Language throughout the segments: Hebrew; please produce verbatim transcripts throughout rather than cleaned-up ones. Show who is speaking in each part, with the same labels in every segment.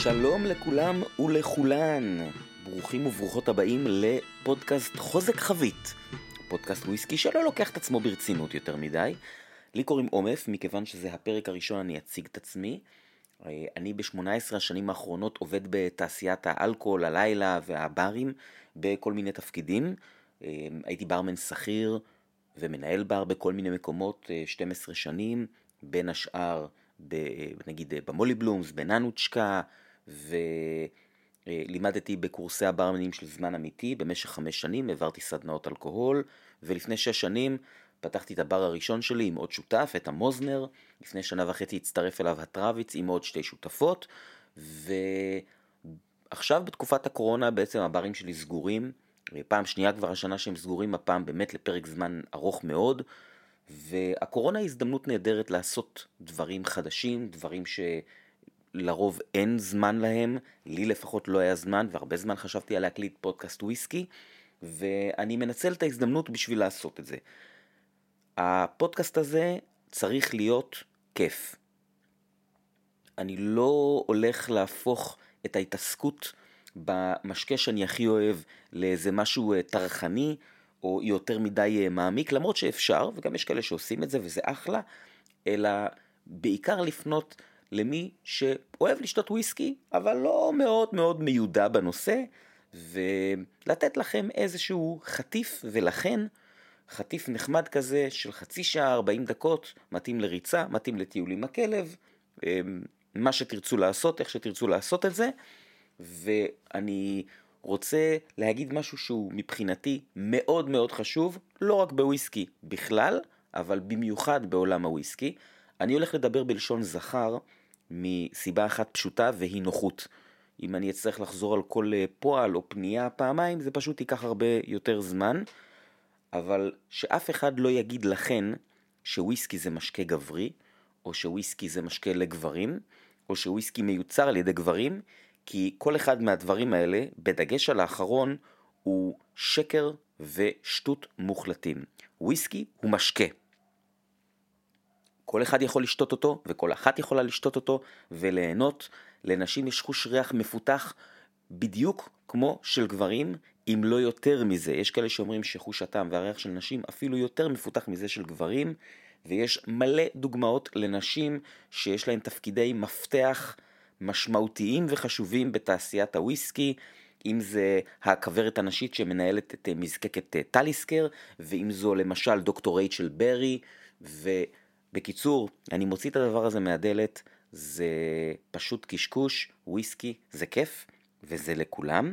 Speaker 1: שלום לכולם ולכולן, ברוכים וברוכות הבאים לפודקאסט חוזק חבית, פודקאסט וויסקי שלא לוקח את עצמו ברצינות יותר מדי. לי קוראים עומף, מכיוון שזה הפרק הראשון אני אציג את עצמי. אני ב-שמונה עשרה השנים האחרונות עובד בתעשיית האלכוהול, הלילה והברים בכל מיני תפקידים. הייתי ברמן שכיר ומנהל בר בכל מיני מקומות שתים עשרה שנים, בין השאר ב, נגיד במולי בלומס, בננוצ'קה, ולימדתי בקורסי הברמנים של זמן אמיתי במשך חמש שנים, העברתי סדנאות אלכוהול, ולפני שש שנים פתחתי את הבר הראשון שלי עם עוד שותף, את המוזנר. לפני שנה וחצי הצטרף אליו הטרוויץ עם עוד שתי שותפות, ועכשיו בתקופת הקורונה בעצם הברים שלי סגורים, פעם שנייה כבר השנה שהם סגורים, הפעם באמת לפרק זמן ארוך מאוד, והקורונה היא הזדמנות נהדרת לעשות דברים חדשים, דברים שלרוב אין זמן להם, לי לפחות לא היה זמן, והרבה זמן חשבתי על להקליט פודקאסט וויסקי, ואני מנצל את ההזדמנות בשביל לעשות את זה. הפודקאסט הזה צריך להיות כיף. אני לא הולך להפוך את ההתעסקות במשקה שאני הכי אוהב לאיזה משהו תרחני, או יותר מדי מעמיק, למרות שאפשר, וגם יש כאלה שעושים את זה, וזה אחלה, אלא בעיקר לפנות למי שאוהב לשתות וויסקי, אבל לא מאוד מאוד מיודע בנושא, ולתת לכם איזשהו חטיף, ולכן חטיף נחמד כזה של חצי שעה, ארבעים דקות, מתאים לריצה, מתאים לטיול עם הכלב, מה שתרצו לעשות, איך שתרצו לעשות את זה, ואני רוצה להגיד משהו שהוא מבחינתי מאוד מאוד חשוב, לא רק בוויסקי בכלל, אבל במיוחד בעולם הוויסקי. אני הולך לדבר בלשון זכר מסיבה אחת פשוטה, והיא נוחות. אם אני אצטרך לחזור על כל פועל או פנייה פעמיים, זה פשוט ייקח הרבה יותר זמן, אבל שאף אחד לא יגיד לכן שוויסקי זה משקה גברי, או שוויסקי זה משקה לגברים, או שוויסקי מיוצר על ידי גברים, כי כל אחד מהדברים האלה, בדגש על האחרון, הוא שקר ושטות מוחלטים. וויסקי הוא משקה. כל אחד יכול לשתות אותו, וכל אחת יכולה לשתות אותו, וליהנות. לנשים יש חוש ריח מפותח בדיוק כמו של גברים, אם לא יותר מזה. יש כאלה שאומרים שחוש הטעם והריח של נשים אפילו יותר מפותח מזה של גברים, ויש מלא דוגמאות לנשים שיש להן תפקידי מפתח משמעותיים וחשובים בתעשיית הוויסקי, אם זה הכברת הנשית שמנהלת את מזקקת טליסקר, ואם זו למשל דוקטור רייצ'ל ברי. ובקיצור, אני מוציא את הדבר הזה מהדלת, זה פשוט קשקוש, וויסקי זה כיף וזה לכולם.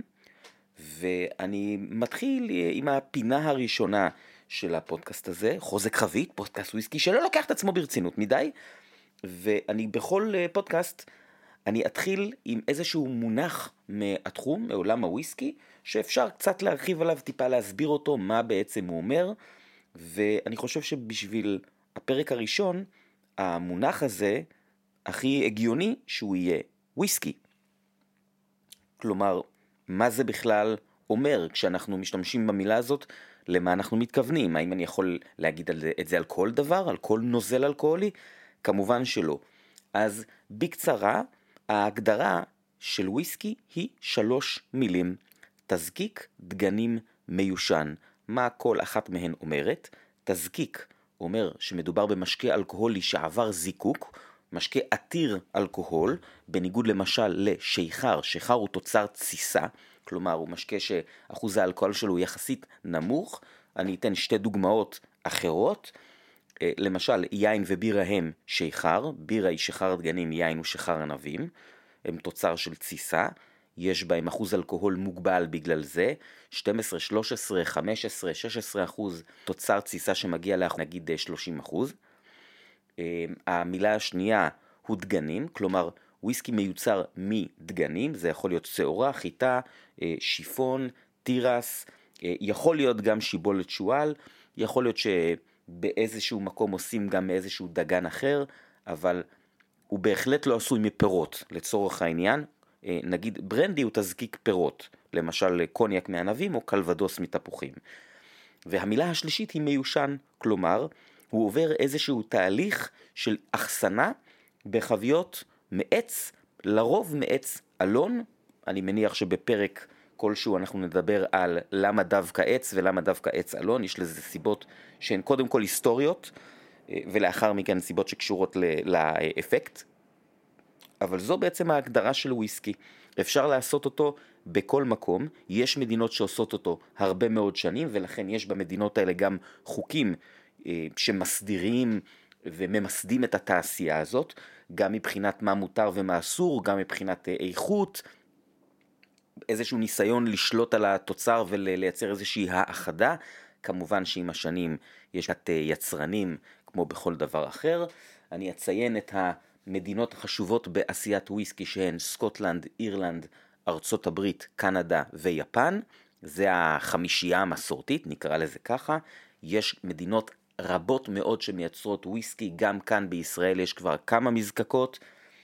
Speaker 1: ואני מתחיל עם הפינה הראשונה של הפודקאסט הזה, חוזק חבית, פודקאסט וויסקי שלא לוקח את עצמו ברצינות מדי, ואני בכל פודקאסט אני אתחיל עם איזשהו מונח מהתחום, מעולם הוויסקי, שאפשר קצת להרחיב עליו, טיפה להסביר אותו, מה בעצם הוא אומר, ואני חושב שבשביל הפרק הראשון, המונח הזה הכי הגיוני שהוא יהיה וויסקי. כלומר, מה זה בכלל אומר כשאנחנו משתמשים במילה הזאת, למה אנחנו מתכוונים? האם אני יכול להגיד את זה על כל דבר, על כל נוזל אלכוהולי? כמובן שלא. אז בקצרה, ההגדרה של וויסקי היא שלוש מילים. תזקיק, דגנים, מיושן. מה כל אחת מהן אומרת? תזקיק אומר שמדובר במשקה אלכוהולי שעבר זיקוק, משקה עתיר אלכוהול, בניגוד למשל לשיכר. שיכר הוא תוצר תסיסה, כלומר הוא משקה שאחוז האלכוהול שלו יחסית נמוך. אני אתן שתי דוגמאות אחרות. למשל, יין ובירה הם שיכר, בירה היא שיכר דגנים, יין הוא שיכר ענבים, הם תוצר של תסיסה, יש בהם אחוז אלכוהול מוגבל בגלל זה, שתים עשרה, שלוש עשרה, חמש עשרה, שש עשרה אחוז תוצר תסיסה שמגיע לך נגיד שלושים אחוז. המילה השנייה הוא דגנים, כלומר וויסקי מיוצר מדגנים, זה יכול להיות שעורה, חיטה, שיפון, תירס, יכול להיות גם שיבולת שועל, יכול להיות ש... באיזשהו מקום עושים גם מאיזשהו דגן אחר, אבל הוא בהחלט לא עשוי מפירות לצורך העניין. נגיד ברנדי הוא תזקיק פירות, למשל קוניאק מענבים או קלבדוס מתפוחים. והמילה השלישית היא מיושן, כלומר הוא עובר איזשהו תהליך של אחסנה בחביות מעץ לרוב מעץ אלון. אני מניח שבפרק כלשהו אנחנו נדבר על למה דווקא עץ ולמה דווקא עץ אלון. יש לזה סיבות שהן קודם כל היסטוריות, ולאחר מכן סיבות שקשורות לאפקט. אבל זו בעצם ההגדרה של וויסקי. אפשר לעשות אותו בכל מקום. יש מדינות שעושות אותו הרבה מאוד שנים, ולכן יש במדינות האלה גם חוקים שמסדירים וממסדים את התעשייה הזאת, גם מבחינת מה מותר ומה אסור, גם מבחינת איכות, איזשהו ניסיון לשלוט על התוצר ולייצר איזושהי האחדה. כמובן שעם השנים יש את יצרנים כמו בכל דבר אחר. אני אציין את המדינות החשובות בעשיית וויסקי שהן סקוטלנד, אירלנד, ארצות הברית, קנדה ויפן. זה החמישייה המסורתית, נקרא לזה ככה. יש מדינות רבות מאוד שמייצרות וויסקי, גם כאן בישראל יש כבר כמה מזקקות,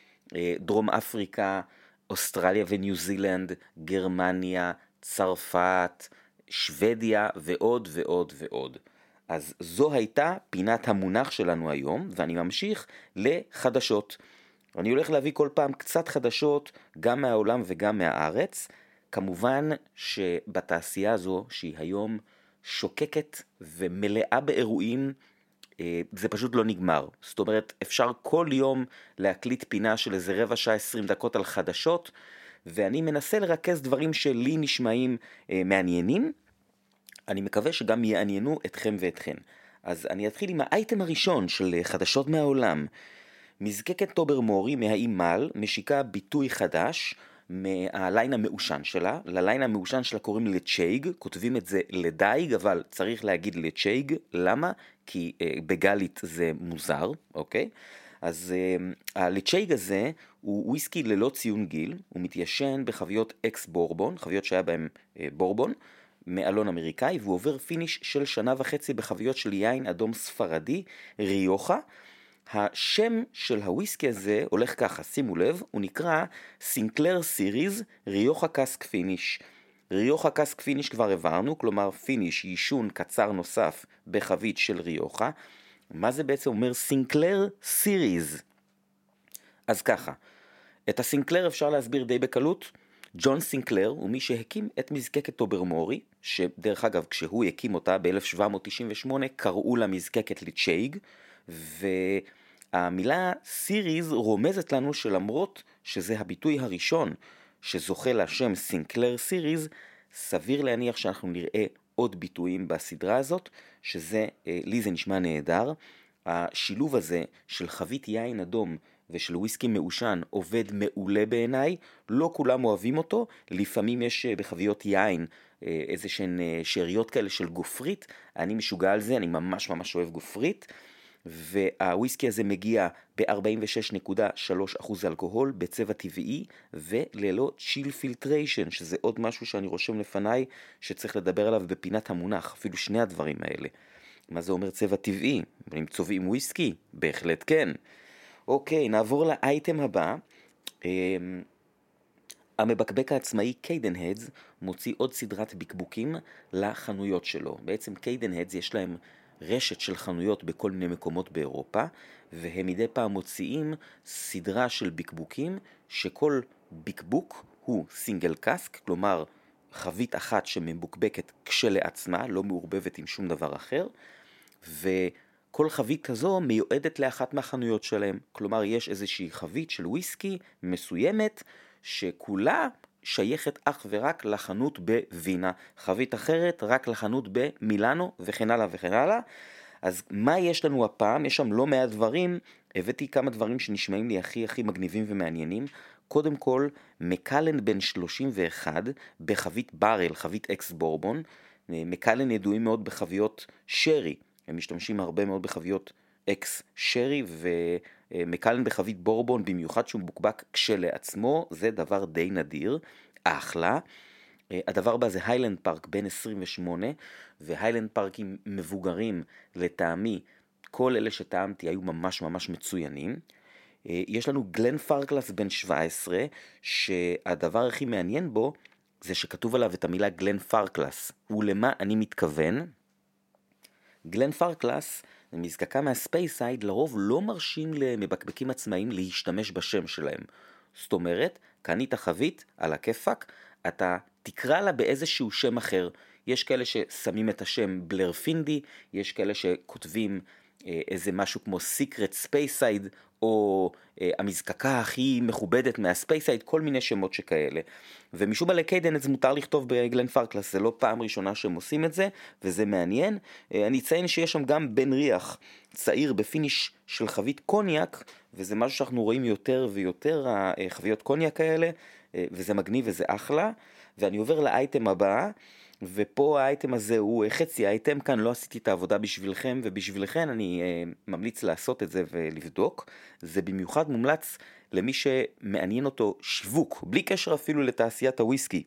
Speaker 1: דרום אפריקה, אוסטרליה וניו זילנד, גרמניה, צרפת, שוודיה ועוד ועוד ועוד. אז זו הייתה פינת המונח שלנו היום, ואני ממשיך לחדשות. אני הולך להביא כל פעם קצת חדשות, גם מהעולם וגם מהארץ. כמובן שבתעשייה הזו, שהיא היום שוקקת ומלאה באירועים, זה פשוט לא נגמר. זאת אומרת, אפשר כל יום להקליט פינה של איזה רבע שעה, עשרים דקות על חדשות, ואני מנסה לרכז דברים שלי נשמעים אה, מעניינים. אני מקווה שגם יעניינו אתכם ואתכן. אז אני אתחיל עם האייטם הראשון של חדשות מהעולם. מזקקת טוברמורי מהאי מל משיקה ביטוי חדש מהליין המאושן שלה. לליין המאושן שלה קוראים לצ'ייג, כותבים את זה לדייג, אבל צריך להגיד לצ'ייג. למה? כי אה, בגלית זה מוזר, אוקיי? אז אה, הלצ'ייג הזה הוא וויסקי ללא ציון גיל, הוא מתיישן בחביות אקס בורבון, חביות שהיה בהם אה, בורבון, מאלון אמריקאי, והוא עובר פיניש של שנה וחצי בחביות של יין אדום ספרדי, ריוחה. השם של הוויסקי הזה הולך ככה, שימו לב, הוא נקרא סינקלר סיריז ריוחה קאסק פיניש. ריוחה קאסק פיניש כבר עברנו, כלומר פיניש, יישון קצר נוסף בחבית של ריוחה. מה זה בעצם אומר סינקלר סיריז? אז ככה, את הסינקלר אפשר להסביר די בקלות. ג'ון סינקלר הוא מי שהקים את מזקקת טוברמורי, שדרך אגב כשהוא הקים אותה ב-אלף שבע מאות תשעים ושמונה קראו לה מזקקת לצ'ייג, והמילה סיריז רומזת לנו שלמרות שזה הביטוי הראשון שזוכה לשם סינקלר סיריז, סביר להניח שאנחנו נראה עוד ביטויים בסדרה הזאת, שזה, לי זה נשמע נהדר. השילוב הזה של חבית יין אדום ושל וויסקי מאושן עובד מעולה בעיניי, לא כולם אוהבים אותו, לפעמים יש בחביות יין איזה שהן שאריות כאלה של גופרית, אני משוגע על זה, אני ממש ממש אוהב גופרית, והוויסקי הזה מגיע ב-ארבעים ושש נקודה שלוש אחוז אלכוהול בצבע טבעי וללא צ'יל פילטריישן, שזה עוד משהו שאני רושם לפניי שצריך לדבר עליו בפינת המונח, אפילו שני הדברים האלה. מה זה אומר צבע טבעי? אם צובעים וויסקי? בהחלט כן. אוקיי, נעבור לאייטם הבא. המבקבק העצמאי קיידנהדס מוציא עוד סדרת בקבוקים לחנויות שלו. בעצם קיידנהדס יש להם רשת של חנויות בכל מיני מקומות באירופה, והם מדי פעם מוציאים סדרה של בקבוקים, שכל בקבוק הוא סינגל קאסק, כלומר חבית אחת שמבוקבקת כשלעצמה, לא מעורבבת עם שום דבר אחר, וכל חבית כזו מיועדת לאחת מהחנויות שלהם. כלומר יש איזושהי חבית של וויסקי מסוימת, שכולה שייכת אך ורק לחנות בווינה, חבית אחרת רק לחנות במילאנו וכן הלאה וכן הלאה. אז מה יש לנו הפעם? יש שם לא מעט דברים, הבאתי כמה דברים שנשמעים לי הכי הכי מגניבים ומעניינים. קודם כל, מקלן בן שלושים ואחת בחבית ברל, חבית אקס בורבון. מקלן ידועים מאוד בחביות שרי, הם משתמשים הרבה מאוד בחביות אקס שרי, ומקלן בחבית בורבון, במיוחד שהוא מבוקבק כשלעצמו, זה דבר די נדיר, אחלה. הדבר הבא זה היילנד פארק בן עשרים ושמונה, והיילנד פארקים מבוגרים לטעמי, כל אלה שטעמתי היו ממש ממש מצוינים. יש לנו גלן פארקלס בן שבע עשרה, שהדבר הכי מעניין בו, זה שכתוב עליו את המילה גלן פארקלס, ולמה אני מתכוון? גלן פארקלס, מזקקה מהספייסייד, לרוב לא מרשים למבקבקים עצמאיים להשתמש בשם שלהם. זאת אומרת, קנית חבית על הכיפק, אתה תקרא לה באיזשהו שם אחר. יש כאלה ששמים את השם בלר פינדי, יש כאלה שכותבים אה, איזה משהו כמו סיקרט ספייסייד, או אה, המזקקה הכי מכובדת מהספייסייד, כל מיני שמות שכאלה. ומשום מה לקיידנס מותר לכתוב בגלן פרקלס, זה לא פעם ראשונה שהם עושים את זה, וזה מעניין. אה, אני אציין שיש שם גם בן ריח צעיר בפיניש של חבית קוניאק, וזה משהו שאנחנו רואים יותר ויותר, החביות קוניאק האלה, אה, וזה מגניב וזה אחלה. ואני עובר לאייטם הבא, ופה האייטם הזה הוא חצי האייטם, כאן לא עשיתי את העבודה בשבילכם, ובשבילכם אני אה, ממליץ לעשות את זה ולבדוק. זה במיוחד מומלץ למי שמעניין אותו שיווק, בלי קשר אפילו לתעשיית הוויסקי.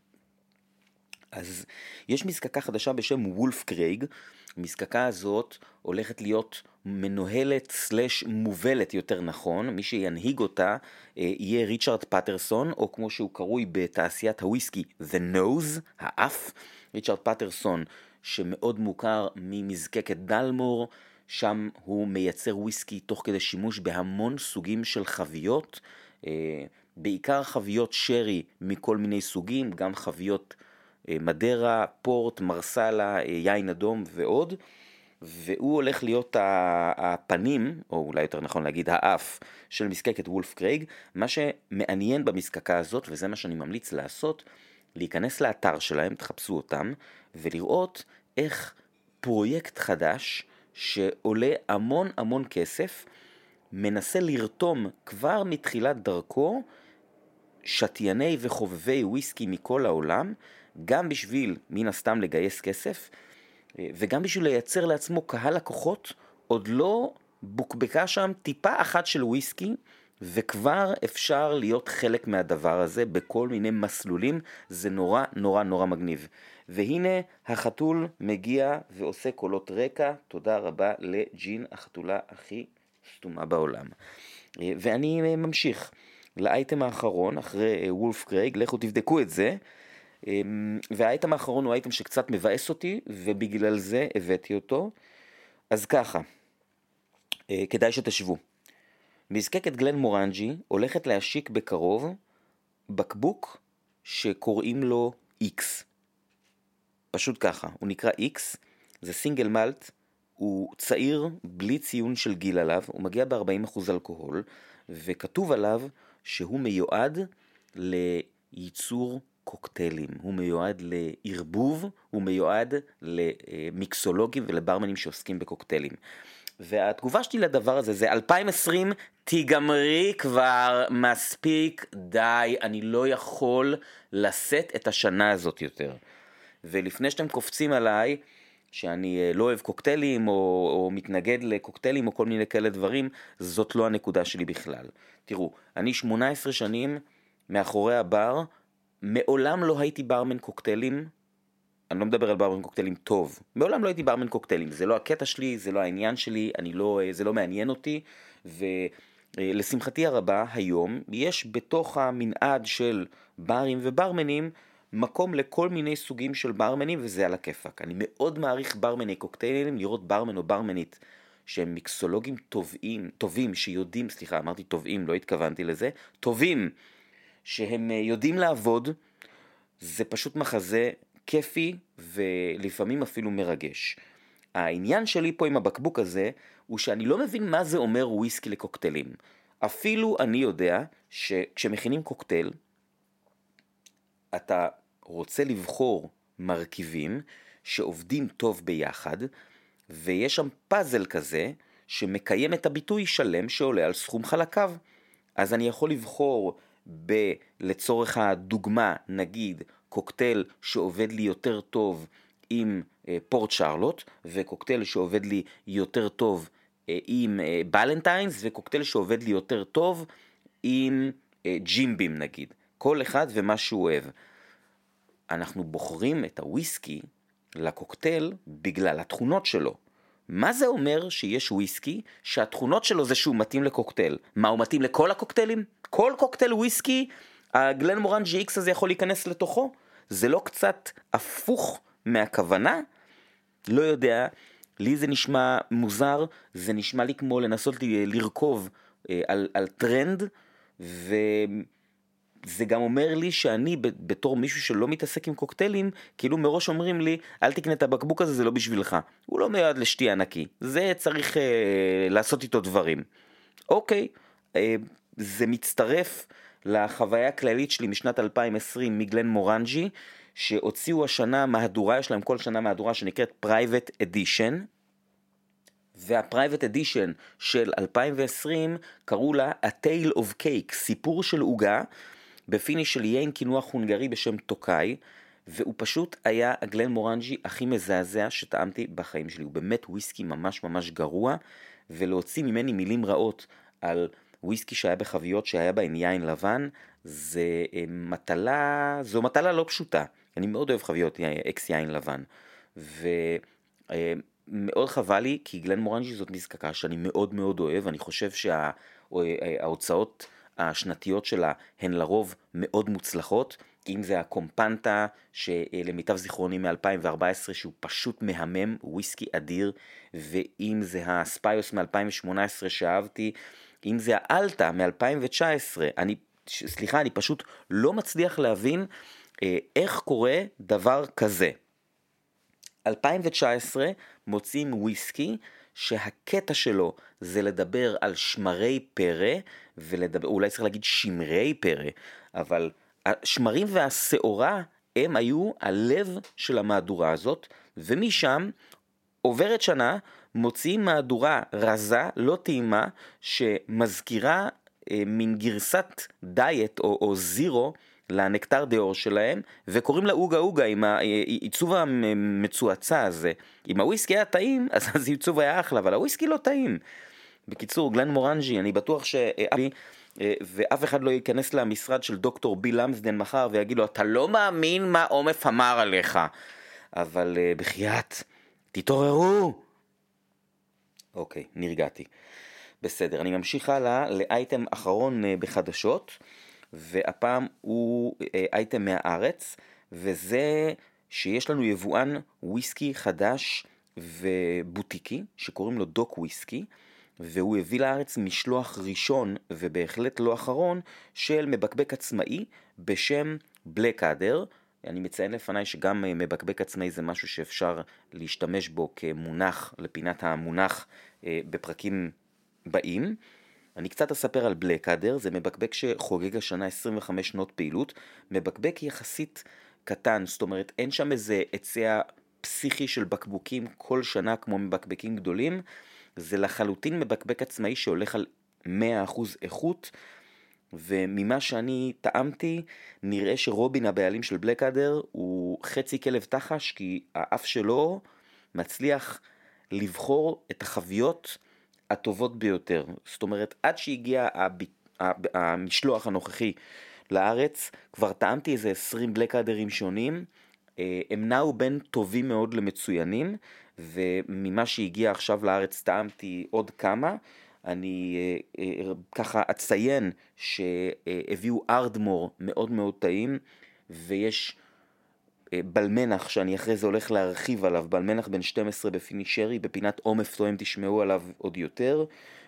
Speaker 1: אז יש מזקקה חדשה בשם וולף קרייג. המזקקה הזאת הולכת להיות מנוהלת סלש מובלת יותר נכון, מי שינהיג אותה אה, יהיה ריצ'רד פטרסון, או כמו שהוא קרוי בתעשיית הוויסקי, The Nose, האף. ריצ'רד פטרסון שמאוד מוכר ממזקקת דלמור, שם הוא מייצר וויסקי תוך כדי שימוש בהמון סוגים של חביות, אה, בעיקר חביות שרי מכל מיני סוגים, גם חביות מדרה, פורט, מרסלה, יין אדום ועוד, והוא הולך להיות הפנים, או אולי יותר נכון להגיד האף, של מזקקת וולף קרייג. מה שמעניין במזקקה הזאת, וזה מה שאני ממליץ לעשות, להיכנס לאתר שלהם, תחפשו אותם, ולראות איך פרויקט חדש, שעולה המון המון כסף, מנסה לרתום כבר מתחילת דרכו, שתייני וחובבי וויסקי מכל העולם, גם בשביל מן הסתם לגייס כסף, וגם בשביל לייצר לעצמו קהל לקוחות. עוד לא בוקבקה שם טיפה אחת של וויסקי, וכבר אפשר להיות חלק מהדבר הזה בכל מיני מסלולים. זה נורא נורא נורא מגניב. והנה החתול מגיע ועושה קולות רקע. תודה רבה לג'ין, החתולה הכי סתומה בעולם. ואני ממשיך לאייטם האחרון אחרי וולף קרייג, לכו תבדקו את זה. והאייטם האחרון הוא אייטם שקצת מבאס אותי, ובגלל זה הבאתי אותו. אז ככה, כדאי שתשבו. מזקקת גלן מורנג'י הולכת להשיק בקרוב בקבוק שקוראים לו X. פשוט ככה, הוא נקרא X, זה סינגל מלט, הוא צעיר בלי ציון של גיל עליו, הוא מגיע ב-ארבעים אחוז אלכוהול, וכתוב עליו שהוא מיועד לייצור קוקטיילים, הוא מיועד לערבוב, הוא מיועד למיקסולוגים ולברמנים שעוסקים בקוקטיילים. והתגובה שלי לדבר הזה זה אלפיים עשרים, תיגמרי כבר, מספיק, די, אני לא יכול לשאת את השנה הזאת יותר. ולפני שאתם קופצים עליי, שאני לא אוהב קוקטיילים, או, או מתנגד לקוקטיילים, או כל מיני כאלה דברים, זאת לא הנקודה שלי בכלל. תראו, אני שמונה עשרה שנים מאחורי הבר, מעולם לא הייתי ברמן קוקטיילים, אני לא מדבר על ברמן קוקטיילים טוב, מעולם לא הייתי ברמן קוקטיילים, זה לא הקטע שלי, זה לא העניין שלי, אני לא, זה לא מעניין אותי, ולשמחתי הרבה היום, יש בתוך המנעד של ברים וברמנים, מקום לכל מיני סוגים של ברמנים, וזה על הכיפק. אני מאוד מעריך ברמני קוקטיילים, לראות ברמן או ברמנית, שהם מיקסולוגים טובים, טובים שיודעים, סליחה, אמרתי טובים, לא התכוונתי לזה, טובים, שהם יודעים לעבוד, זה פשוט מחזה כיפי ולפעמים אפילו מרגש. העניין שלי פה עם הבקבוק הזה, הוא שאני לא מבין מה זה אומר וויסקי לקוקטיילים. אפילו אני יודע שכשמכינים קוקטייל, אתה רוצה לבחור מרכיבים שעובדים טוב ביחד, ויש שם פאזל כזה שמקיים את הביטוי שלם שעולה על סכום חלקיו. אז אני יכול לבחור ב, לצורך הדוגמה, נגיד, קוקטייל שעובד לי יותר טוב עם אה, פורט שרלוט, וקוקטייל שעובד לי יותר טוב אה, עם אה, בלנטיינס, וקוקטייל שעובד לי יותר טוב עם אה, ג'ימבים נגיד. כל אחד ומה שהוא אוהב. אנחנו בוחרים את הוויסקי לקוקטייל בגלל התכונות שלו. מה זה אומר שיש וויסקי שהתכונות שלו זה שהוא מתאים לקוקטייל? מה, הוא מתאים לכל הקוקטיילים? כל קוקטייל וויסקי, הגלן מורנג'י איקס הזה יכול להיכנס לתוכו? זה לא קצת הפוך מהכוונה? לא יודע, לי זה נשמע מוזר, זה נשמע לי כמו לנסות לרכוב על, על טרנד, וזה גם אומר לי שאני בתור מישהו שלא מתעסק עם קוקטיילים, כאילו מראש אומרים לי, אל תקנה את הבקבוק הזה, זה לא בשבילך. הוא לא מיועד לשתייה נקי, זה צריך אה, לעשות איתו דברים. אוקיי, אה, זה מצטרף לחוויה הכללית שלי משנת אלפיים ועשרים מגלן מורנג'י, שהוציאו השנה מהדורה, יש להם כל שנה מהדורה שנקראת Private Edition, וה-Private Edition של אלפיים ועשרים קראו לה A Tale of Cake, סיפור של עוגה, בפיניש של יין קינוח הונגרי בשם טוקאי, והוא פשוט היה הגלן מורנג'י הכי מזעזע שטעמתי בחיים שלי. הוא באמת וויסקי ממש ממש גרוע, ולהוציא ממני מילים רעות על וויסקי שהיה בחביות שהיה בהן יין לבן, זה מטלה, זו מטלה לא פשוטה. אני מאוד אוהב חביות אקס יין לבן, ומאוד חבל לי, כי גלן מורנג'י זאת מזקקה שאני מאוד מאוד אוהב, אני חושב שההוצאות השנתיות שלה הן לרוב מאוד מוצלחות, אם זה הקומפנטה שלמיטב זיכרוני מ-אלפיים וארבע עשרה שהוא פשוט מהמם, וויסקי אדיר, ואם זה הספיוס מ-אלפיים ושמונה עשרה שאהבתי, אם זה האלטה מ-אלפיים ותשע עשרה, אני, סליחה, אני פשוט לא מצליח להבין אה, איך קורה דבר כזה. אלפיים ותשע עשרה מוצאים וויסקי שהקטע שלו זה לדבר על שמרי פרא, ולדבר, אולי צריך להגיד שמרי פרא, אבל השמרים והשעורה הם היו הלב של המהדורה הזאת, ומשם עוברת שנה, מוציאים מהדורה רזה, לא טעימה, שמזכירה אה, מין גרסת דיאט או, או זירו לנקטר דיאור שלהם, וקוראים לה אוגה אוגה עם העיצוב המצועצע הזה. אם הוויסקי היה טעים, אז אז העיצוב היה אחלה, אבל הוויסקי לא טעים. בקיצור, גלן מורנג'י, אני בטוח שאבי, ואף אחד לא ייכנס למשרד של דוקטור ביל למסדן מחר ויגיד לו, אתה לא מאמין מה עומף אמר עליך. אבל בחייאת, תתעוררו. אוקיי, נרגעתי. בסדר, אני ממשיך הלאה לאייטם אחרון בחדשות, והפעם הוא אייטם מהארץ, וזה שיש לנו יבואן וויסקי חדש ובוטיקי, שקוראים לו דוק וויסקי, והוא הביא לארץ משלוח ראשון ובהחלט לא אחרון של מבקבק עצמאי בשם בלקאדר. אני מציין לפניי שגם מבקבק עצמאי זה משהו שאפשר להשתמש בו כמונח לפינת המונח בפרקים באים. אני קצת אספר על בלקאדר, זה מבקבק שחוגג השנה עשרים וחמש שנות פעילות, מבקבק יחסית קטן, זאת אומרת אין שם איזה היצע פסיכי של בקבוקים כל שנה כמו מבקבקים גדולים, זה לחלוטין מבקבק עצמאי שהולך על מאה אחוז איכות, וממה שאני טעמתי, נראה שרובין הבעלים של בלקאדר הוא חצי כלב תחש, כי האף שלו מצליח לבחור את החביות הטובות ביותר. זאת אומרת, עד שהגיע המשלוח הנוכחי לארץ, כבר טעמתי איזה עשרים בלקאדרים שונים, הם נעו בין טובים מאוד למצוינים, וממה שהגיע עכשיו לארץ טעמתי עוד כמה. אני אה, אה, ככה אציין שהביאו ארדמור מאוד מאוד טעים, ויש אה, בלמנח שאני אחרי זה הולך להרחיב עליו, בלמנח בן שתים עשרה בפינישרי, בפינת עומף טועם תשמעו עליו עוד יותר,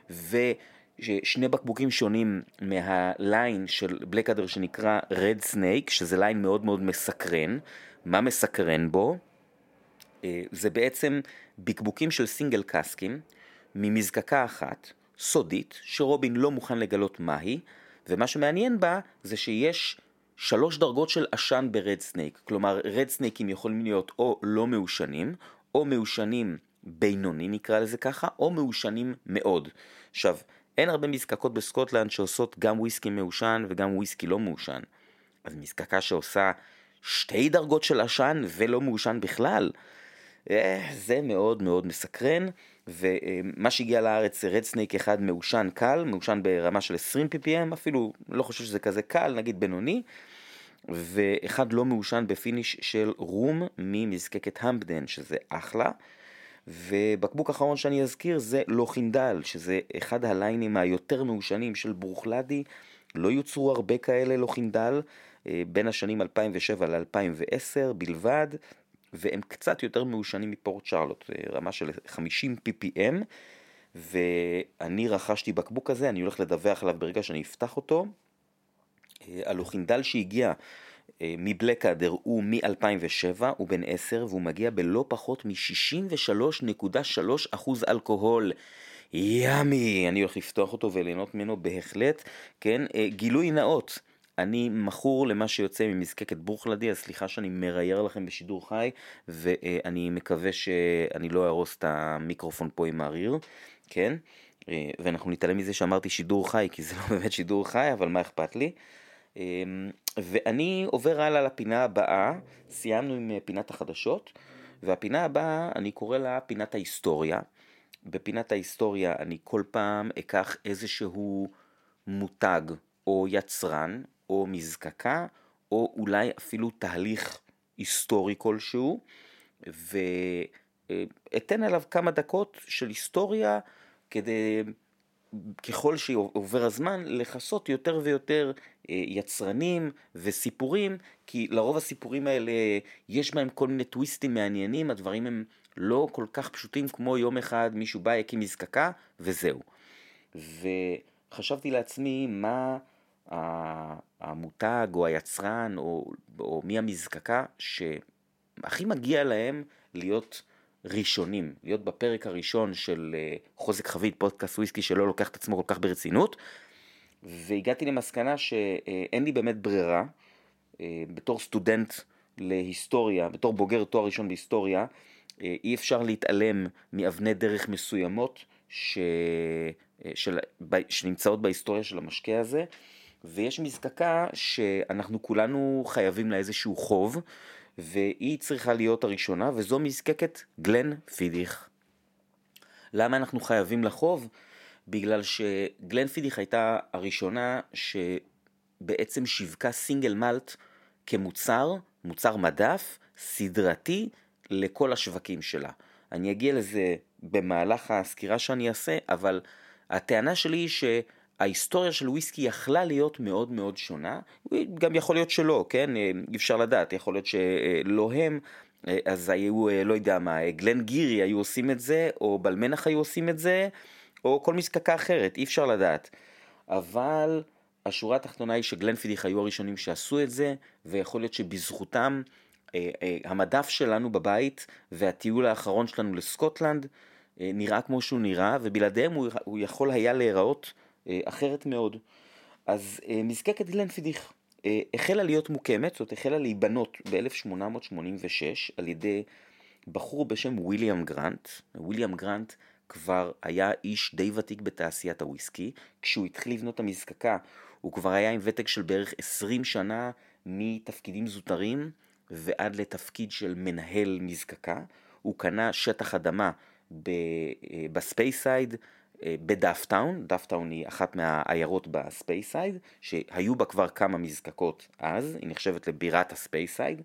Speaker 1: ושני בקבוקים שונים מהליין של בלקאדר שנקרא רד סנייק, שזה ליין מאוד מאוד מסקרן. מה מסקרן בו? זה בעצם בקבוקים של סינגל קסקים ממזקקה אחת, סודית, שרובין לא מוכן לגלות מהי, ומה שמעניין בה זה שיש שלוש דרגות של עשן ברד סנייק, כלומר רד סנייקים יכולים להיות או לא מעושנים, או מעושנים בינוני נקרא לזה ככה, או מעושנים מאוד. עכשיו, אין הרבה מזקקות בסקוטלנד שעושות גם וויסקי מעושן וגם וויסקי לא מעושן, אז מזקקה שעושה שתי דרגות של עשן ולא מעושן בכלל, זה מאוד מאוד מסקרן. ומה שהגיע לארץ זה רד סנייק אחד מעושן קל, מעושן ברמה של עשרים פי פי אם, אפילו לא חושב שזה כזה קל, נגיד בינוני, ואחד לא מעושן בפיניש של רום ממזקקת המבדן, שזה אחלה. ובקבוק אחרון שאני אזכיר זה לוחינדל, שזה אחד הליינים היותר מעושנים של ברוכלדי, לא יוצרו הרבה כאלה לוחינדל, בין השנים אלפיים ושבע ל-אלפיים ועשר בלבד, והם קצת יותר מעושנים מפורט שרלוט, רמה של חמישים פי פי אם, ואני רכשתי בקבוק הזה, אני הולך לדווח עליו ברגע שאני אפתח אותו. הלוכינדל שהגיע מבלקאדר הוא מ-אלפיים ושבע, הוא בן עשר, והוא מגיע בלא פחות מ-שישים ושלוש נקודה שלוש אחוז אלכוהול. ימי, אני הולך לפתוח אותו וליהנות ממנו בהחלט, כן? גילוי נאות, אני מכור למה שיוצא ממזקקת בורחלדי, אז סליחה שאני מרייר לכם בשידור חי, ואני מקווה שאני לא ארוס את המיקרופון פה עם הריר, כן? ואנחנו נתעלם מזה שאמרתי שידור חי, כי זה לא באמת שידור חי, אבל מה אכפת לי? ואני עובר הלאה לפינה הבאה, סיימנו עם פינת החדשות, והפינה הבאה אני קורא לה פינת ההיסטוריה. בפינת ההיסטוריה אני כל פעם אקח איזשהו מותג או יצרן או מזקקה או אולי אפילו תהליך היסטורי כלשהו, ואתן עליו כמה דקות של היסטוריה כדי, ככל שעובר הזמן, לחסות יותר ויותר יצרנים וסיפורים, כי לרוב הסיפורים האלה יש בהם כל מיני טוויסטים מעניינים, הדברים הם לא כל כך פשוטים כמו יום אחד מישהו בא הקים מזקקה וזהו. וחשבתי לעצמי מה המותג או היצרן או, או מי המזקקה שהכי מגיע להם להיות ראשונים, להיות בפרק הראשון של חוזק חבית, פודקאסט וויסקי שלא לוקח את עצמו כל כך ברצינות, והגעתי למסקנה שאין לי באמת ברירה, בתור סטודנט להיסטוריה, בתור בוגר תואר ראשון בהיסטוריה, אי אפשר להתעלם מאבני דרך מסוימות ש... של... שנמצאות בהיסטוריה של המשקה הזה, ויש מזקקה שאנחנו כולנו חייבים לה איזשהו חוב, והיא צריכה להיות הראשונה, וזו מזקקת גלן פידיך. למה אנחנו חייבים לחוב? בגלל שגלן פידיך הייתה הראשונה שבעצם שיווקה סינגל מלט כמוצר, מוצר מדף, סדרתי לכל השווקים שלה. אני אגיע לזה במהלך הסקירה שאני אעשה, אבל הטענה שלי היא שההיסטוריה של וויסקי יכלה להיות מאוד מאוד שונה, גם יכול להיות שלא, כן? אי אפשר לדעת, יכול להיות שלא הם, אז היו, לא יודע מה, גלן גירי היו עושים את זה, או בלמנח היו עושים את זה, או כל מזקקה אחרת, אי אפשר לדעת. אבל השורה התחתונה היא שגלן פידיך היו הראשונים שעשו את זה, ויכול להיות שבזכותם המדף שלנו בבית והטיול האחרון שלנו לסקוטלנד נראה כמו שהוא נראה, ובלעדיהם הוא יכול היה להיראות אחרת מאוד. אז מזקקת גלן פידיך החלה להיות מוקמת, זאת החלה להיבנות ב-אלף שמונה מאות שמונים ושש על ידי בחור בשם וויליאם גרנט. וויליאם גרנט כבר היה איש די ותיק בתעשיית הוויסקי. כשהוא התחיל לבנות את המזקקה הוא כבר היה עם ותק של בערך עשרים שנה מתפקידים זוטרים ועד לתפקיד של מנהל מזקקה. הוא קנה שטח אדמה בספייסייד, בדאפטאון. דאפטאון היא אחת מהעיירות בספייסייד, שהיו בה כבר כמה מזקקות אז, היא נחשבת לבירת הספייסייד,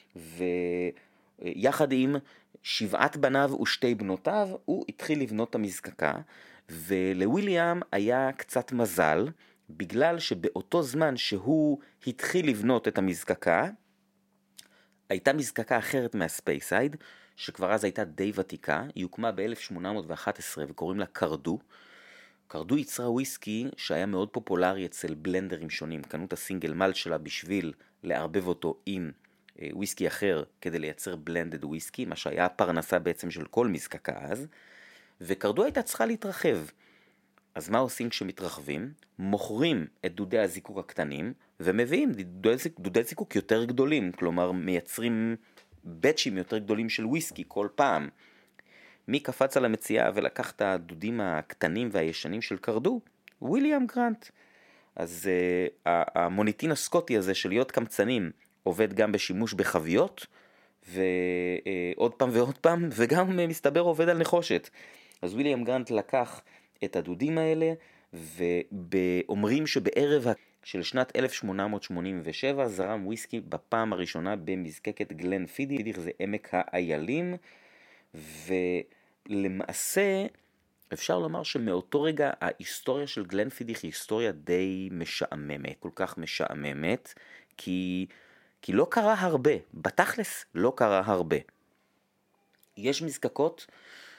Speaker 1: ויחד עם שבעת בניו ושתי בנותיו, הוא התחיל לבנות את המזקקה, ולוויליאם היה קצת מזל, בגלל שבאותו זמן שהוא התחיל לבנות את המזקקה, הייתה מזקקה אחרת מהספייסייד, שכבר אז הייתה די ותיקה, היא הוקמה ב-אלף שמונה מאות ואחת עשרה וקוראים לה קרדו. קרדו ייצרה וויסקי שהיה מאוד פופולרי אצל בלנדרים שונים, קנו את הסינגל מלט שלה בשביל לערבב אותו עם וויסקי אחר כדי לייצר בלנדד וויסקי, מה שהיה הפרנסה בעצם של כל מזקקה אז, וקרדו הייתה צריכה להתרחב. אז מה עושים כשמתרחבים? מוכרים את דודי הזיקוק הקטנים ומביאים דודי, דודי זיקוק יותר גדולים, כלומר מייצרים בטשים יותר גדולים של וויסקי כל פעם. מי קפץ על המציאה ולקח את הדודים הקטנים והישנים של קרדו? וויליאם גרנט. אז uh, המוניטין הסקוטי הזה של להיות קמצנים עובד גם בשימוש בחביות, ועוד uh, פעם ועוד פעם, וגם uh, מסתבר עובד על נחושת. אז וויליאם גרנט לקח את הדודים האלה, ואומרים שבערב של שנת אלף שמונה מאות שמונים ושבע זרם וויסקי בפעם הראשונה במזקקת גלן פידיך, זה עמק האיילים, ולמעשה אפשר לומר שמאותו רגע ההיסטוריה של גלן פידיך היא היסטוריה די משעממת, כל כך משעממת, כי, כי לא קרה הרבה, בתכלס לא קרה הרבה. יש מזקקות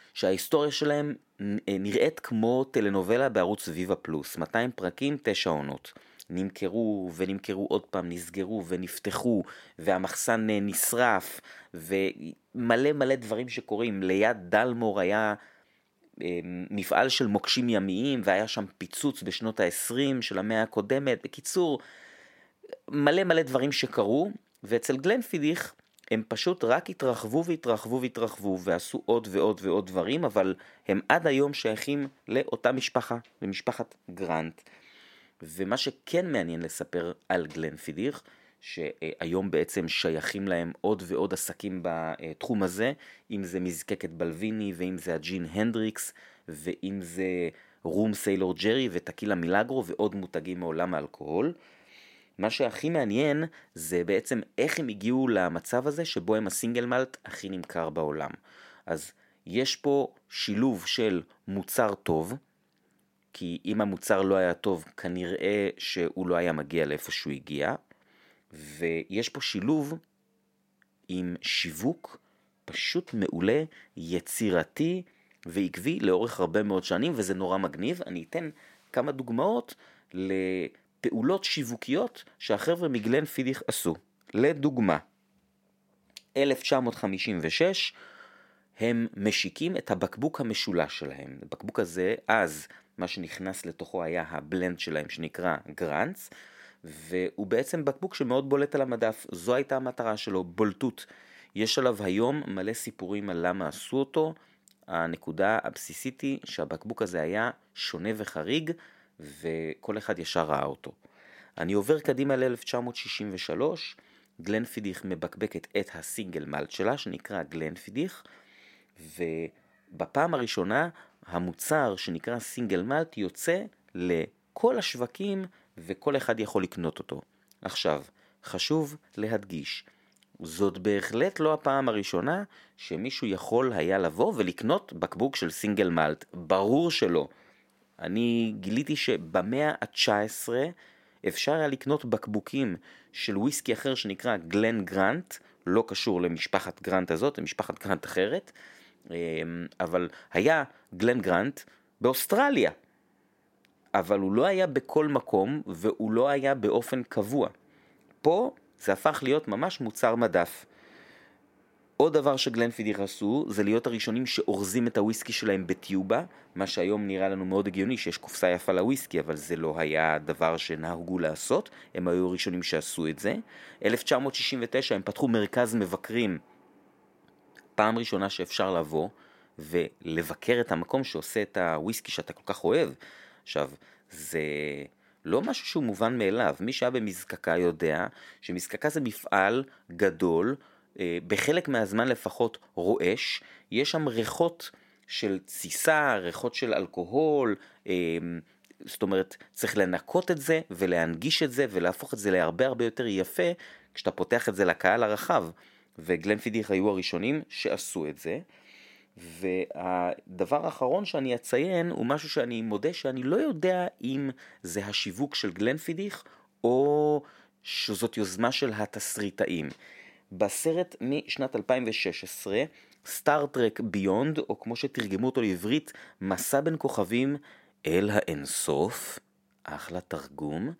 Speaker 1: שההיסטוריה שלהם נראית כמו טלנובלה בערוץ ויבה פלוס, מאתיים פרקים, תשע עונות. נמכרו ונמכרו עוד פעם, נסגרו ונפתחו, והמחסן נשרף, ומלא מלא דברים שקורים. ליד דלמור היה מפעל של מוקשים ימיים, והיה שם פיצוץ בשנות ה-עשרים של המאה הקודמת. בקיצור, מלא מלא דברים שקרו, ואצל גלנפידיך הם פשוט רק התרחבו והתרחבו והתרחבו, ועשו עוד ועוד ועוד דברים, אבל הם עד היום שייכים לאותה משפחה, למשפחת גרנט. ומה שכן מעניין לספר על גלנפידיך, שהיום בעצם שייכים להם עוד ועוד עסקים בתחום הזה, אם זה מזקקת בלוויני, ואם זה הג'ין הנדריקס, ואם זה רום סיילור ג'רי וטקילה מילגרו, ועוד מותגים מעולם האלכוהול. מה שהכי מעניין זה בעצם איך הם הגיעו למצב הזה שבו הם הסינגל מלט הכי נמכר בעולם. אז יש פה שילוב של מוצר טוב, כי אם המוצר לא היה טוב כנראה שהוא לא היה מגיע לאיפה שהוא הגיע, ויש פה שילוב עם שיווק פשוט מעולה, יצירתי ועקבי לאורך הרבה מאוד שנים, וזה נורא מגניב. אני אתן כמה דוגמאות לפעולות שיווקיות שהחבר'ה מגלנפידיך עשו. לדוגמה, אלף תשע מאות חמישים ושש הם משיקים את הבקבוק המשולש שלהם. הבקבוק הזה, אז מה שנכנס לתוכו היה הבלנד שלהם שנקרא גרנץ, והוא בעצם בקבוק שמאוד בולט על המדף. זו הייתה המטרה שלו, בולטות. יש עליו היום מלא סיפורים על למה עשו אותו. הנקודה הבסיסית היא שהבקבוק הזה היה שונה וחריג, וכל אחד ישר ראה אותו. אני עובר קדימה ל-אלף תשע מאות שישים ושלוש, גלנפידיך מבקבקת את הסינגל מלט שלה, שנקרא גלנפידיך, ובפעם הראשונה המוצר שנקרא סינגל מלט יוצא לכל השווקים, וכל אחד יכול לקנות אותו. עכשיו, חשוב להדגיש, זאת בהחלט לא הפעם הראשונה שמישהו יכול היה לבוא ולקנות בקבוק של סינגל מלט. ברור שלא. אני גיליתי שבמאה ה-תשע עשרה אפשר היה לקנות בקבוקים של וויסקי אחר שנקרא גלן גרנט, לא קשור למשפחת גרנט הזאת, למשפחת גרנט אחרת, אבל היה גלן גרנט באוסטרליה. אבל הוא לא היה בכל מקום, והוא לא היה באופן קבוע. פה זה הפך להיות ממש מוצר מדף. עוד דבר שגלנפידיך עשו, זה להיות הראשונים שאורזים את הוויסקי שלהם בטיובה, מה שהיום נראה לנו מאוד הגיוני, שיש קופסה יפה לוויסקי, אבל זה לא היה דבר שנהגו לעשות, הם היו הראשונים שעשו את זה. אלף תשע מאות שישים ותשע הם פתחו מרכז מבקרים, פעם ראשונה שאפשר לבוא ולבקר את המקום שעושה את הוויסקי שאתה כל כך אוהב. עכשיו, זה לא משהו שהוא מובן מאליו. מי שהיה במזקקה יודע שמזקקה זה מפעל גדול, בחלק מהזמן לפחות רועש, יש שם ריחות של ציסה, ריחות של אלכוהול, זאת אומרת, צריך לנקות את זה ולהנגיש את זה ולהפוך את זה להרבה הרבה יותר יפה כשאתה פותח את זה לקהל הרחב. וגלנפידיך היו הראשונים שעשו את זה. והדבר האחרון שאני אציין הוא משהו שאני מודה שאני לא יודע אם זה השיווק של גלנפידיך או שזאת יוזמה של התסריטאים. בסרט משנת אלפיים ושש עשרה, סטארטרק ביונד, או כמו שתרגמו אותו לעברית, מסע בין כוכבים אל האינסוף, אחלה תרגום,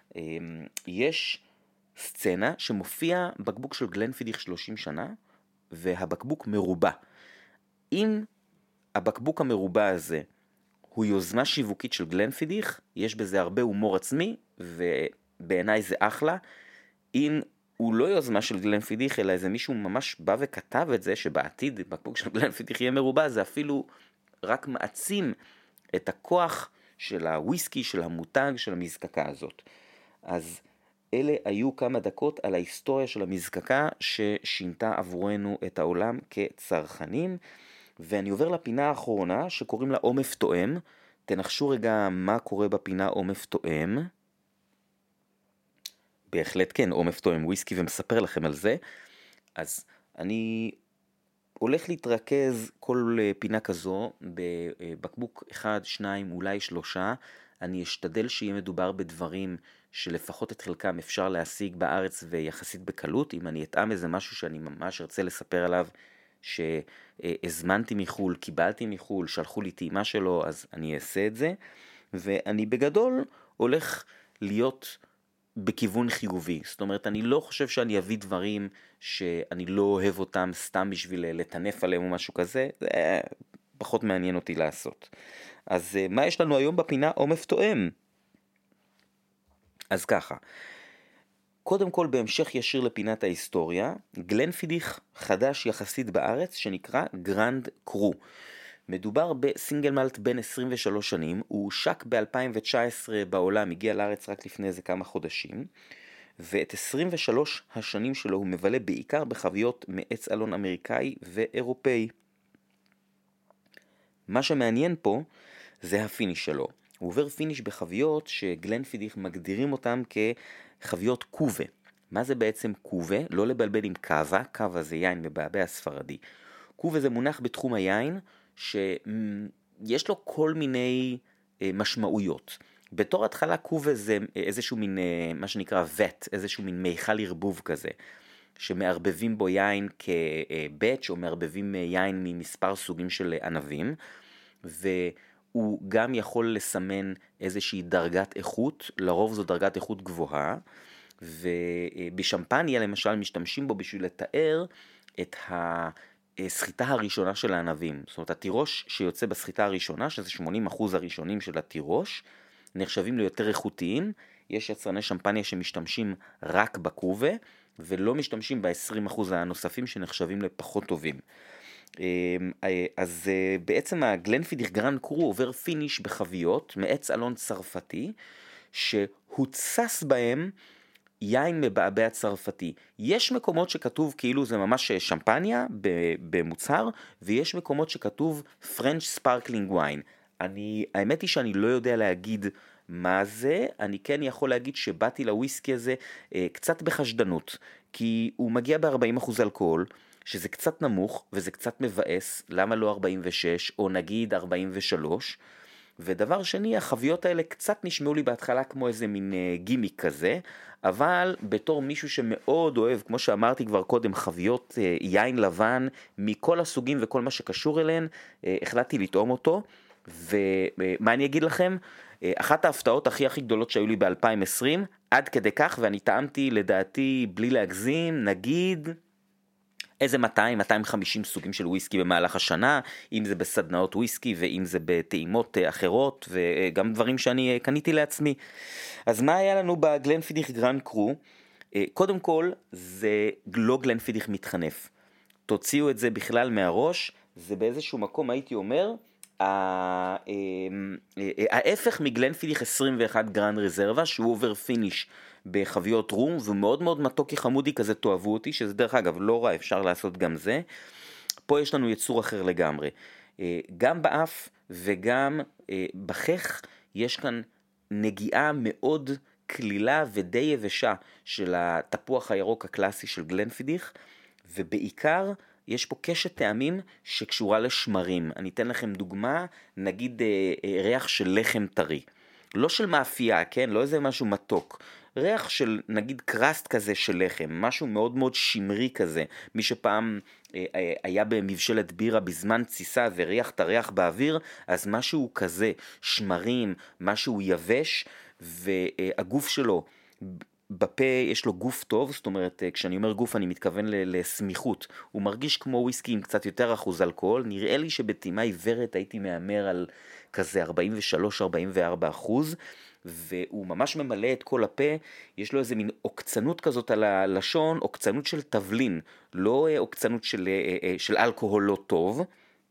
Speaker 1: יש סצנה שמופיע בקבוק של גלנפידיך שלושים שנה, והבקבוק מרובע. אם הבקבוק המרובע הזה הוא יוזמה שיווקית של גלנפידיך, יש בזה הרבה הומור עצמי, ובעיניי זה אחלה. אם הוא לא יוזמה של גלנפידיך, אלא איזה מישהו ממש בא וכתב את זה, שבעתיד בקבוק של גלנפידיך יהיה מרובע, זה אפילו רק מעצים את הכוח של הוויסקי, של המותג, של המזקקה הזאת. אז אלה היו כמה דקות על ההיסטוריה של המזקקה ששינתה עבורנו את העולם כצרכנים, ואני עובר לפינה האחרונה שקוראים לה עומף תואם. תנחשו רגע מה קורה בפינה עומף תואם. בהחלט כן, עומף תואם וויסקי ומספר לכם על זה. אז אני הולך להתרכז כל פינה כזו בבקבוק אחד, שניים, אולי שלושה. אני אשתדל שיהיה מדובר בדברים שלפחות את חלקם אפשר להשיג בארץ ויחסית בקלות. אם אני אטעם איזה משהו שאני ממש ארצה לספר עליו, שהזמנתי מחול, קיבלתי מחול, שלחו לי טעימה שלו, אז אני אעשה את זה, ואני בגדול הולך להיות בכיוון חיובי. זאת אומרת, אני לא חושב שאני אביא דברים שאני לא אוהב אותם סתם בשביל לטנף עליהם או משהו כזה, זה פחות מעניין אותי לעשות. אז מה יש לנו היום בפינה עומף תואם? אז ככה, קודם כל בהמשך ישיר לפינת ההיסטוריה, גלנפידיך חדש יחסית בארץ שנקרא גרנד קרו. מדובר בסינגל מלט בין עשרים ושלוש שנים, הוא הושק ב-אלפיים תשע עשרה בעולם, הגיע לארץ רק לפני איזה כמה חודשים, ואת עשרים ושלוש השנים שלו הוא מבלה בעיקר בחביות מעץ אלון אמריקאי ואירופאי. מה שמעניין פה זה הפיניש שלו. הוא עובר פיניש בחביות שגלנפידיך מגדירים אותם כחביות קובה. מה זה בעצם קובה? לא לבלבל עם קאבה, קאבה זה יין מבעבע הספרדי. קובה זה מונח בתחום היין שיש לו כל מיני משמעויות. בתור התחלה קובה זה איזשהו מין, מה שנקרא וט, איזשהו מין מיכל ערבוב כזה, שמערבבים בו יין כבץ' או מערבבים יין ממספר סוגים של ענבים, והוא גם יכול לסמן איזושהי דרגת איכות, לרוב זו דרגת איכות גבוהה, ובשמפניה למשל משתמשים בו בשביל לתאר את הסחיטה הראשונה של הענבים. זאת אומרת, התירוש שיוצא בסחיטה הראשונה, שזה שמונים אחוז הראשונים של התירוש, נחשבים ליותר איכותיים. יש יצרני שמפניה שמשתמשים רק בקובה, ולא משתמשים ב-עשרים אחוז הנוספים שנחשבים לפחות טובים. אז בעצם הגלנפידיך גרנד קרו עובר פיניש בחביות מעץ אלון צרפתי, שהוצס בהם יין מבעבע צרפתי. יש מקומות שכתוב כאילו זה ממש שמפניה במוצהר, ויש מקומות שכתוב French Sparkling Wine. אני, האמת היא שאני לא יודע להגיד מה זה, אני כן יכול להגיד שבאתי לוויסקי הזה אה, קצת בחשדנות, כי הוא מגיע ב-ארבעים אחוז אלכוהול, שזה קצת נמוך וזה קצת מבאס, למה לא ארבעים ושש או נגיד ארבעים ושלוש, ודבר שני, החביות האלה קצת נשמעו לי בהתחלה כמו איזה מין אה, גימיק כזה, אבל בתור מישהו שמאוד אוהב, כמו שאמרתי כבר קודם, חביות אה, יין לבן מכל הסוגים וכל מה שקשור אליהן, אה, החלטתי לטעום אותו, ומה אני אגיד לכם? אחת ההפתעות הכי הכי גדולות שהיו לי ב-אלפיים עשרים, עד כדי כך, ואני טעמתי לדעתי בלי להגזים, נגיד איזה מאתיים מאתיים וחמישים סוגים של וויסקי במהלך השנה, אם זה בסדנאות וויסקי ואם זה בטעימות אחרות, וגם דברים שאני קניתי לעצמי. אז מה היה לנו בגלנפידיך גרנד קרו? קודם כל, זה לא גלנפידיך מתחנף. תוציאו את זה בכלל מהראש, זה באיזשהו מקום הייתי אומר, ההפך מגלנפידיך עשרים ואחת גרנד רזרבה, שהוא עובר פיניש בחביות רום, ומאוד מאוד מתוקי חמודי כזה, תאהבו אותי, שזה דרך אגב לא רע, אפשר לעשות גם זה. פה יש לנו יצור אחר לגמרי. גם באף וגם בחך יש כאן נגיעה מאוד כלילה ודי יבשה של התפוח הירוק הקלאסי של גלנפידיך, ובעיקר יש פה קשת טעמים שקשורה לשמרים. אני אתן לכם דוגמה, נגיד אה, אה, ריח של לחם טרי. לא של מאפייה, כן? לא איזה משהו מתוק. ריח של נגיד קרסט כזה של לחם, משהו מאוד מאוד שמרי כזה. מי שפעם אה, אה, היה במבשלת בירה בזמן ציסה וריח את הריח באוויר, אז משהו כזה, שמרים, משהו יבש, והגוף שלו בפה יש לו גוף טוב, זאת אומרת, כשאני אומר גוף אני מתכוון לסמיכות. הוא מרגיש כמו וויסקי עם קצת יותר אחוז אלכוהול. נראה לי שבטעימה עיוורת הייתי מאמר על כזה ארבעים ושלוש ארבעים וארבע אחוז, והוא ממש ממלא את כל הפה. יש לו איזה מין עוקצנות כזאת על הלשון, עוקצנות של תבלין, לא עוקצנות של, של אלכוהול לא טוב.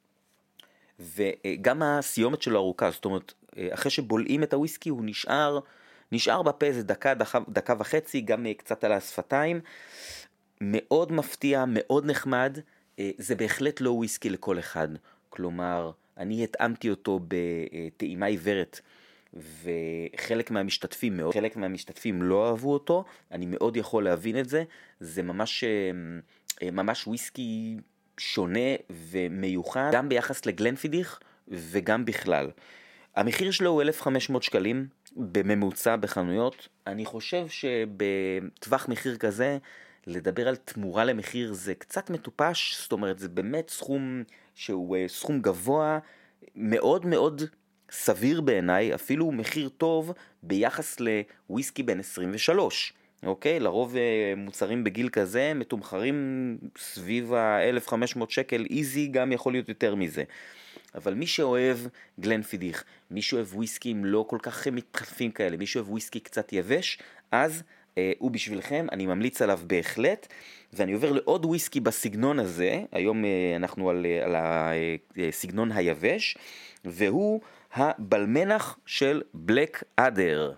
Speaker 1: וגם הסיומת שלו ארוכה, זאת אומרת, אחרי שבולעים את הוויסקי הוא נשאר נשאר בפה איזה דקה, דקה, דקה וחצי, גם קצת על השפתיים. מאוד מפתיע, מאוד נחמד. זה בהחלט לא וויסקי לכל אחד. כלומר, אני התאמתי אותו בטעימה עיוורת, וחלק מהמשתתפים, מאוד, חלק מהמשתתפים לא אהבו אותו. אני מאוד יכול להבין את זה. זה ממש, ממש וויסקי שונה ומיוחד, גם ביחס לגלנפידיך וגם בכלל. המחיר שלו הוא אלף וחמש מאות שקלים בממוצע בחנויות. אני חושב שבטווח מחיר כזה לדבר על תמורה למחיר זה קצת מטופש, זאת אומרת זה באמת סכום שהוא אה, סכום גבוה, מאוד מאוד סביר בעיניי, אפילו מחיר טוב ביחס לוויסקי בן עשרים ושלוש. אוקיי, לרוב אה, מוצרים בגיל כזה מתומחרים סביב ה-אלף וחמש מאות שקל, איזי גם יכול להיות יותר מזה. אבל מי שאוהב גלנפידיך, מי שאוהב וויסקים לא כל כך מתחלפים כאלה, מי שאוהב וויסקי קצת יבש, אז אה, הוא בשבילכם, אני ממליץ עליו בהחלט. ואני עובר לעוד וויסקי בסגנון הזה, היום אה, אנחנו על, על הסגנון היבש, והוא הבלמנח של בלק אדר.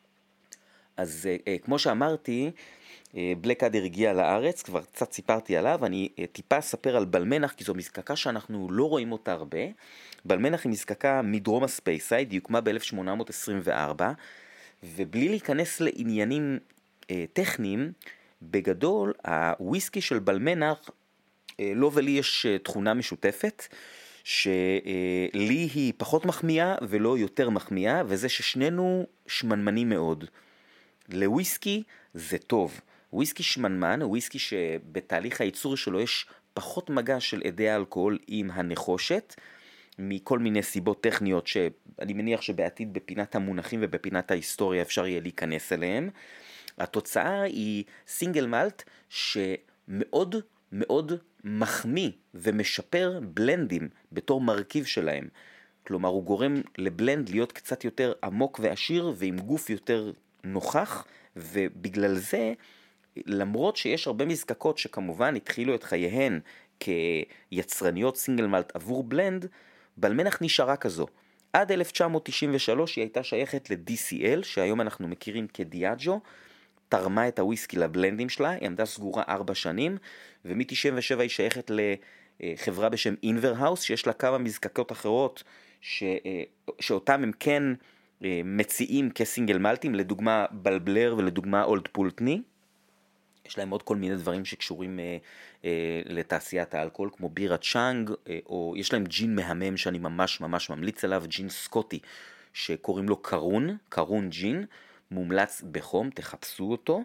Speaker 1: אז אה, כמו שאמרתי, בלק אדר הגיע לארץ, כבר קצת סיפרתי עליו, אני טיפה אספר על בלמנח, כי זו מזקקה שאנחנו לא רואים אותה הרבה. בלמנח היא מזקקה מדרום הספייסייד, היא הוקמה ב-אלף שמונה מאות עשרים וארבע, ובלי להיכנס לעניינים אה, טכניים, בגדול, הוויסקי של בלמנח, אה, לא ולי יש אה, תכונה משותפת, שלי היא פחות מחמיאה ולא יותר מחמיאה, וזה ששנינו שמנמנים מאוד. לוויסקי זה טוב. וויסקי שמנמן הוא וויסקי שבתהליך הייצור שלו יש פחות מגע של עדי האלכוהול עם הנחושת, מכל מיני סיבות טכניות שאני מניח שבעתיד בפינת המונחים ובפינת ההיסטוריה אפשר יהיה להיכנס אליהם. התוצאה היא סינגל מלט שמאוד מאוד מחמיא ומשפר בלנדים בתור מרכיב שלהם. כלומר הוא גורם לבלנד להיות קצת יותר עמוק ועשיר ועם גוף יותר נוכח, ובגלל זה למרות שיש הרבה מזקקות שכמובן התחילו את חייהן כיצרניות סינגל מלט עבור בלנד, בלמנח נשארה כזו. עד אלף תשע מאות תשעים ושלוש היא הייתה שייכת ל-די סי אל, שהיום אנחנו מכירים כדיאג'ו, תרמה את הוויסקי לבלנדים שלה, היא עמדה סגורה ארבע שנים, ומ-תשעים ושבע היא שייכת לחברה בשם אינברהאוס, שיש לה כמה מזקקות אחרות ש... שאותם הם כן מציעים כסינגל מלטים, לדוגמה בלבלר ולדוגמה אולד פולטני. יש להם עוד כל מיני דברים שקשורים אה, אה, לתעשיית האלכוהול, כמו בירת צ'אנג, אה, או יש להם ג'ין מהמם שאני ממש ממש ממליץ עליו, ג'ין סקוטי, שקוראים לו קרון, קרון ג'ין, מומלץ בחום, תחפשו אותו.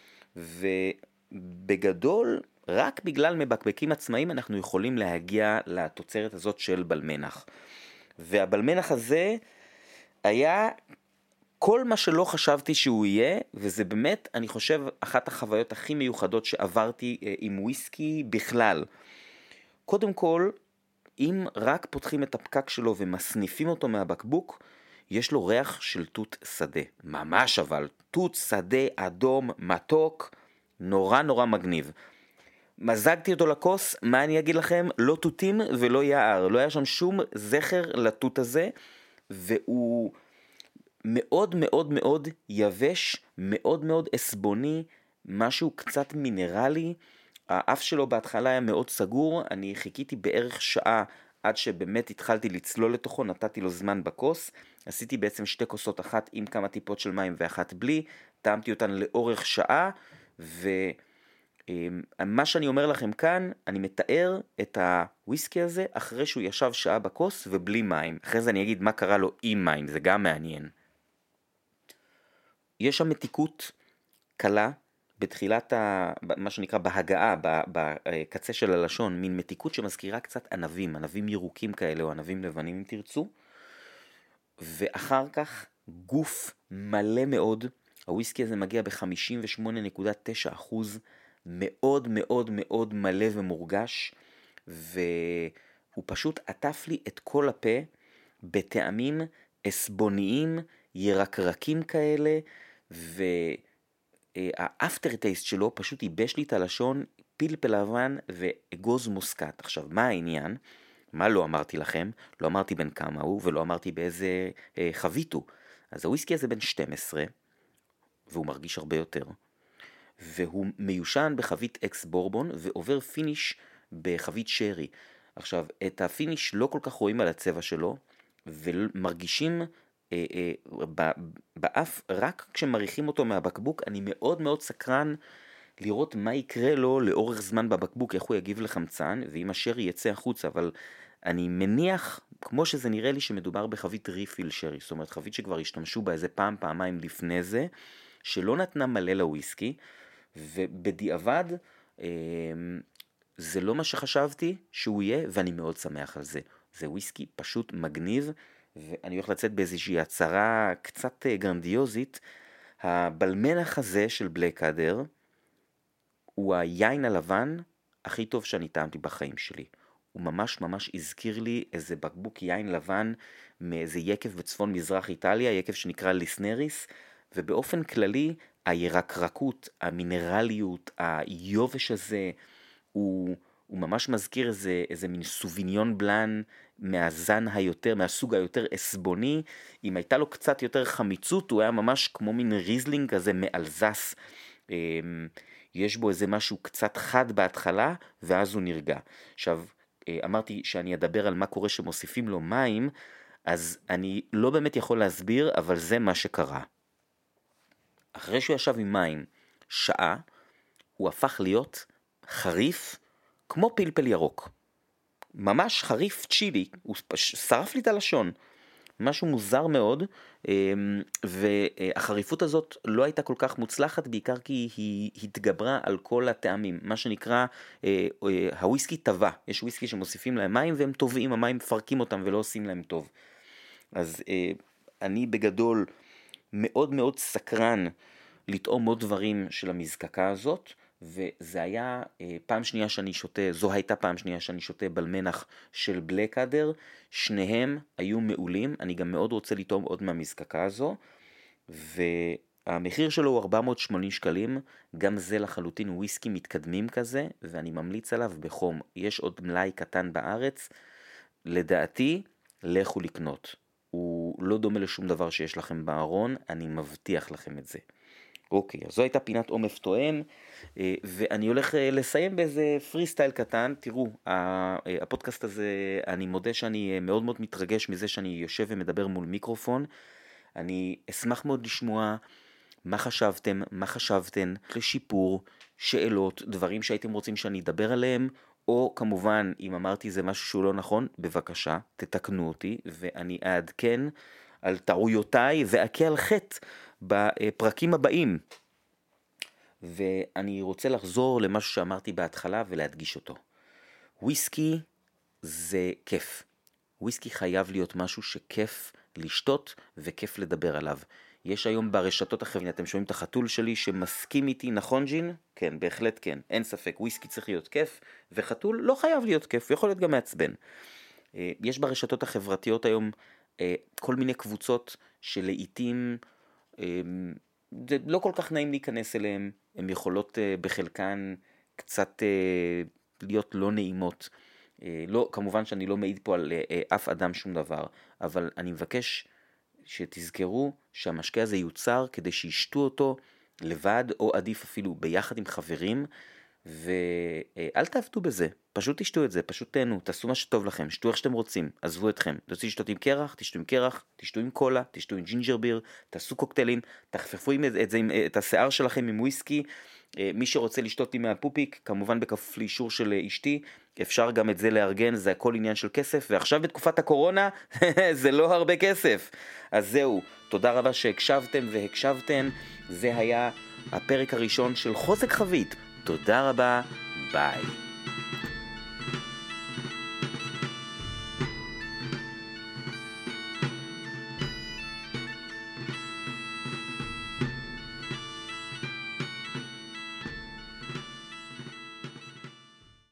Speaker 1: ובגדול, רק בגלל מבקבקים עצמאיים אנחנו יכולים להגיע לתוצרת הזאת של בלמנח. והבלמנח הזה היה כל מה שלא חשבתי שהוא יהיה, וזה באמת, אני חושב, אחת החוויות הכי מיוחדות שעברתי אה, עם וויסקי בכלל. קודם כל, אם רק פותחים את הפקק שלו ומסניפים אותו מהבקבוק, יש לו ריח של תות שדה. ממש אבל, תות שדה אדום, מתוק, נורא נורא מגניב. מזגתי אותו לכוס, מה אני אגיד לכם? לא תותים ולא יער. לא היה שם שום זכר לתות הזה, והוא מאוד מאוד מאוד יבש, מאוד מאוד אסבוני, משהו קצת מינרלי. האף שלו בהתחלה היה מאוד סגור, אני חיכיתי בערך שעה עד שבאמת התחלתי לצלול לתוכו, נתתי לו זמן בכוס, עשיתי בעצם שתי כוסות, אחת עם כמה טיפות של מים ואחת בלי, טעמתי אותן לאורך שעה, ומה שאני אומר לכם כאן, אני מתאר את הוויסקי הזה אחרי שהוא ישב שעה בכוס ובלי מים. אחרי זה אני אגיד מה קרה לו עם מים, זה גם מעניין. יש שם מתיקות קלה בתחילת ה... מה שנקרא בהגעה, בקצה של הלשון, מין מתיקות שמזכירה קצת ענבים, ענבים ירוקים כאלה או ענבים לבנים אם תרצו, ואחר כך גוף מלא מאוד. הוויסקי הזה מגיע ב-חמישים ושמונה נקודה תשע אחוז, מאוד מאוד מאוד מלא ומורגש, והוא פשוט עטף לי את כל הפה בטעמים אסבוניים, ירקרקים כאלה, והאפטר טייסט שלו פשוט ייבש לי את הלשון, פלפל לבן ואגוז מוסקת. עכשיו, מה העניין? מה לא אמרתי לכם? לא אמרתי בין כמה הוא, ולא אמרתי באיזה אה, חבית הוא. אז הוויסקי הזה בין שתים עשרה, והוא מרגיש הרבה יותר, והוא מיושן בחבית אקס בורבון, ועובר פיניש בחבית שרי. עכשיו, את הפיניש לא כל כך רואים על הצבע שלו, ומרגישים אה, אה, באף רק כשמריחים אותו מהבקבוק. אני מאוד מאוד סקרן לראות מה יקרה לו לאורך זמן בבקבוק, איך הוא יגיב לחמצן, ואם השרי יצא החוץ, אבל אני מניח, כמו שזה נראה לי, שמדובר בחבית ריפיל שרי, זאת אומרת חבית שכבר השתמשו בה איזה פעם, פעמיים לפני זה, שלא נתנה מלא לוויסקי, ובדיעבד זה לא מה שחשבתי שהוא יהיה, ואני מאוד שמח על זה. זה וויסקי פשוט מגניב, ואני הולך לצאת באיזושהי הצהרה קצת גרנדיוזית. הבלמנח הזה של בלקאדר הוא היין הלבן הכי טוב שאני טעמתי בחיים שלי. הוא ממש ממש הזכיר לי איזה בקבוק יין לבן מאיזה יקב בצפון מזרח איטליה, יקב שנקרא ליסנריס, ובאופן כללי הירקרקות, המינרליות, היובש הזה, הוא, הוא ממש מזכיר איזה, איזה מין סוביניון בלן מהזן היותר, מהסוג היותר אסבוני. אם הייתה לו קצת יותר חמיצות, הוא היה ממש כמו מין ריזלינג כזה מאלזס. יש בו איזה משהו קצת חד בהתחלה, ואז הוא נרגע. עכשיו, אמרתי שאני אדבר על מה קורה שמוסיפים לו מים, אז אני לא באמת יכול להסביר, אבל זה מה שקרה. אחרי שהוא ישב עם מים שעה, הוא הפך להיות חריף כמו פלפל ירוק. ממש חריף צ'ילי, הוא שרף לי את הלשון. משהו מוזר מאוד, והחריפות הזאת לא הייתה כל כך מוצלחת, בעיקר כי היא התגברה על כל הטעמים, מה שנקרא הוויסקי טבע. יש וויסקי שמוסיפים להם מים והם טובעים, המים מפרקים אותם ולא עושים להם טוב. אז אני בגדול מאוד מאוד סקרן לטעום עוד דברים של המזקקה הזאת, וזה היה פעם שנייה שאני שותה, זו הייתה פעם שנייה שאני שותה בלמנח של בלקאדר, שניהם היו מעולים, אני גם מאוד רוצה לטעום עוד מהמזקקה הזו, והמחיר שלו הוא ארבע מאות ושמונים שקלים, גם זה לחלוטין וויסקי מתקדמים כזה, ואני ממליץ עליו בחום. יש עוד מלאי קטן בארץ, לדעתי, לכו לקנות. הוא לא דומה לשום דבר שיש לכם בארון, אני מבטיח לכם את זה. אוקיי, אז זו הייתה פינת עומף תואם, ואני הולך לסיים באיזה פרי סטייל קטן. תראו, הפודקאסט הזה, אני מודה שאני מאוד מאוד מתרגש מזה שאני יושב ומדבר מול מיקרופון. אני אשמח מאוד לשמוע מה חשבתם, מה חשבתן לשיפור, שאלות, דברים שהייתם רוצים שאני אדבר עליהם, או כמובן, אם אמרתי זה משהו שהוא לא נכון, בבקשה, תתקנו אותי, ואני אעדכן על טעויותיי ואכה על חטא בפרקים הבאים. ואני רוצה לחזור למשהו שאמרתי בהתחלה ולהדגיש אותו. וויסקי זה כיף. וויסקי חייב להיות משהו שכיף לשתות וכיף לדבר עליו. יש היום ברשתות החברתיות, אתם שומעים את החתול שלי שמסכים איתי, נכון ג'ין? כן, בהחלט כן, אין ספק, וויסקי צריך להיות כיף, וחתול לא חייב להיות כיף, יכול להיות גם מעצבן. יש ברשתות החברתיות היום כל מיני קבוצות שלעיתים זה לא כל כך נעים להיכנס אליהם, הן יכולות בחלקן קצת להיות לא נעימות. לא, כמובן שאני לא מעיד פה על אף אדם שום דבר, אבל אני מבקש שתזכרו שהמשקה הזה יוצר כדי שישתו אותו לבד, או עדיף אפילו ביחד עם חברים, ואל תעבדו בזה, פשוט תשתו את זה, פשוט תהנו, תעשו מה שטוב לכם, שתו איך שאתם רוצים, עזבו אתכם, תעשו לשתות עם קרח, תשתו עם קרח, תשתו עם קולה, תשתו עם ג'ינג'ר ביר, תעשו קוקטיילים, תחפפו את זה, את, זה, את השיער שלכם עם וויסקי. מי שרוצה לשתות עם מהפופיק, כמובן בכפוף לאישור של אשתי, אפשר גם את זה לארגן, זה הכל עניין של כסף, ועכשיו בתקופת הקורונה זה לא הרבה כסף. אז זהו, תודה רבה שהקשבתם והקשבתן, זה היה הפרק הראשון של חוזק חבית. תודה רבה, ביי.